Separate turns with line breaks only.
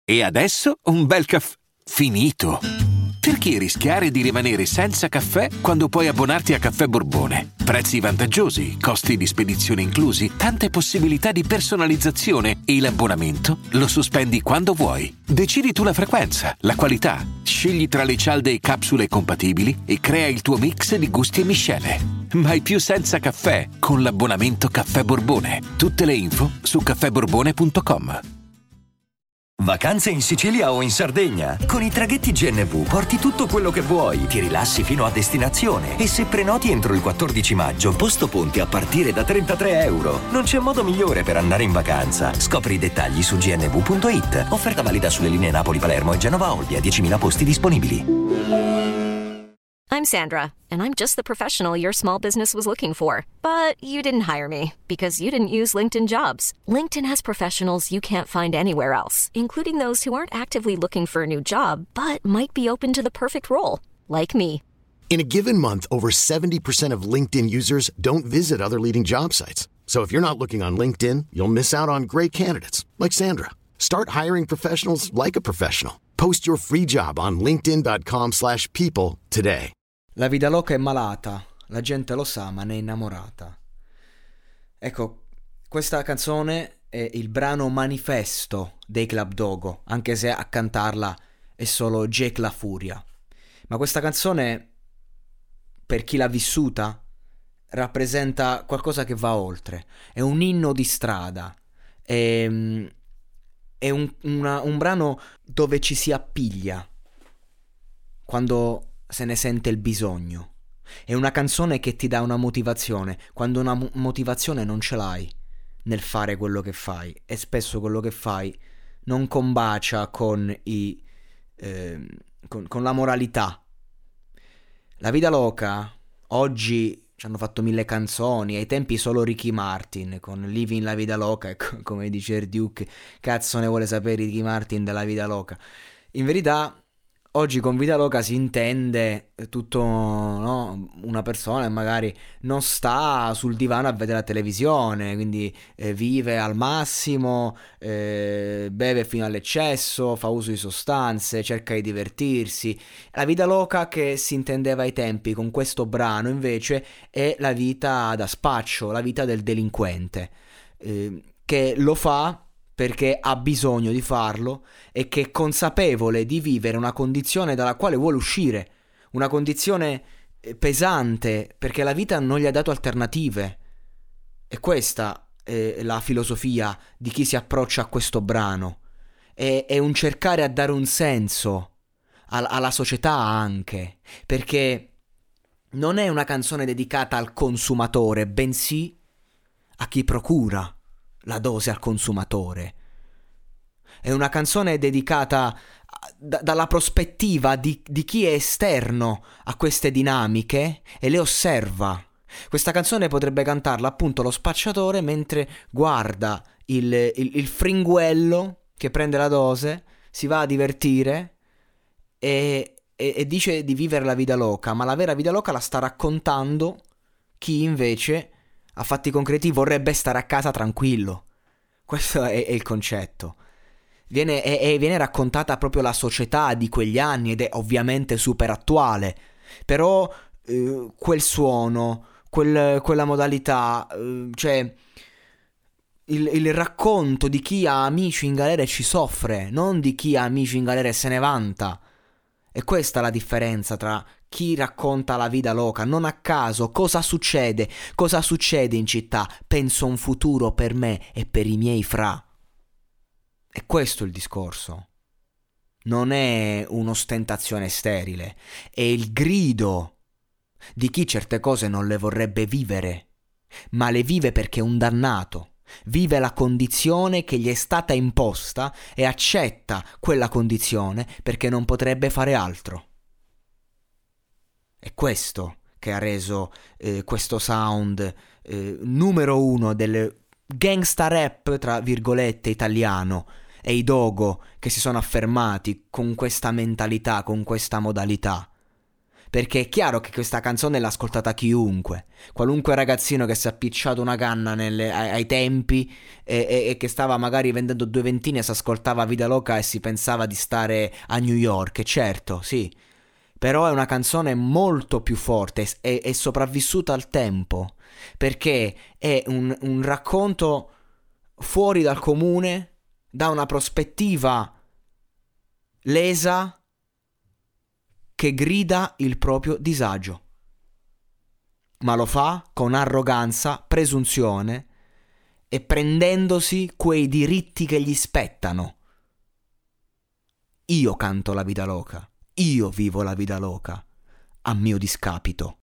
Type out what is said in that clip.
E adesso un bel caffè finito. Perché rischiare di rimanere senza caffè quando puoi abbonarti a Caffè Borbone? Prezzi vantaggiosi, costi di spedizione inclusi, tante possibilità di personalizzazione e l'abbonamento lo sospendi quando vuoi. Decidi tu la frequenza, la qualità, scegli tra le cialde e capsule compatibili e crea il tuo mix di gusti e miscele. Mai più senza caffè con l'abbonamento Caffè Borbone. Tutte le info su caffèborbone.com.
Vacanze in Sicilia o in Sardegna? Con i traghetti GNV porti tutto quello che vuoi, ti rilassi fino a destinazione e se prenoti entro il 14 maggio, posto ponti a partire da €33. Non c'è modo migliore per andare in vacanza. Scopri i dettagli su gnv.it. Offerta valida sulle linee Napoli-Palermo e Genova-Olbia, 10.000 posti disponibili.
I'm Sandra, and I'm just the professional your small business was looking for. But you didn't hire me because you didn't use LinkedIn Jobs. LinkedIn has professionals you can't find anywhere else, including those who aren't actively looking for a new job, but might be open to the perfect role, like me.
In a given month, over 70% of LinkedIn users don't visit other leading job sites. So if you're not looking on LinkedIn, you'll miss out on great candidates like Sandra. Start hiring professionals like a professional. Post your free job on linkedin.com/people today.
La vita loca è malata, la gente lo sa ma ne è innamorata. Ecco, questa canzone è il brano manifesto dei Club Dogo, anche se a cantarla è solo Jake La Furia. Ma questa canzone, per chi l'ha vissuta, rappresenta qualcosa che va oltre. È un inno di strada, è un brano dove ci si appiglia quando se ne sente il bisogno. È una canzone che ti dà una motivazione quando una motivazione non ce l'hai nel fare quello che fai, e spesso quello che fai non combacia con la moralità. La vita loca oggi ci hanno fatto 1000 canzoni, ai tempi solo Ricky Martin con Living la vita loca, e come dice il Duke, cazzo ne vuole sapere Ricky Martin della vita loca. In verità oggi con vita loca si intende tutto, no? Una persona che magari non sta sul divano a vedere la televisione, quindi vive al massimo, beve fino all'eccesso, fa uso di sostanze, cerca di divertirsi. La vita loca che si intendeva ai tempi con questo brano invece è la vita da spaccio, la vita del delinquente, che lo fa perché ha bisogno di farlo e che è consapevole di vivere una condizione dalla quale vuole uscire, una condizione pesante, perché la vita non gli ha dato alternative. E questa è la filosofia di chi si approccia a questo brano. È un cercare a dare un senso alla società anche, perché non è una canzone dedicata al consumatore, bensì a chi procura la dose al consumatore. È una canzone dedicata dalla prospettiva di chi è esterno a queste dinamiche e le osserva. Questa canzone potrebbe cantarla appunto lo spacciatore mentre guarda il fringuello che prende la dose, si va a divertire e dice di vivere la vita loca, ma la vera vita loca la sta raccontando chi invece a fatti concreti vorrebbe stare a casa tranquillo. Questo è il concetto. Viene raccontata proprio la società di quegli anni ed è ovviamente super attuale. Però quel suono, quella modalità, cioè il racconto di chi ha amici in galera e ci soffre, non di chi ha amici in galera e se ne vanta. E questa è la differenza tra chi racconta la vita loca. Non a caso, cosa succede? Cosa succede in città? Penso a un futuro per me e per i miei fra. E questo è il discorso. Non è un'ostentazione sterile, è il grido di chi certe cose non le vorrebbe vivere, ma le vive perché è un dannato. Vive la condizione che gli è stata imposta e accetta quella condizione perché non potrebbe fare altro. È questo che ha reso questo sound numero uno del gangsta rap, tra virgolette, italiano, e i Dogo che si sono affermati con questa mentalità, con questa modalità. perché è chiaro che questa canzone l'ha ascoltata chiunque, qualunque ragazzino che si è appicciato una canna ai tempi e che stava magari vendendo 2 ventine, si ascoltava Vida Loca e si pensava di stare a New York, certo, sì, però è una canzone molto più forte, è sopravvissuta al tempo, perché è un racconto fuori dal comune, da una prospettiva lesa, che grida il proprio disagio, ma lo fa con arroganza, presunzione e prendendosi quei diritti che gli spettano. Io canto la vida loca, io vivo la vida loca, a mio discapito.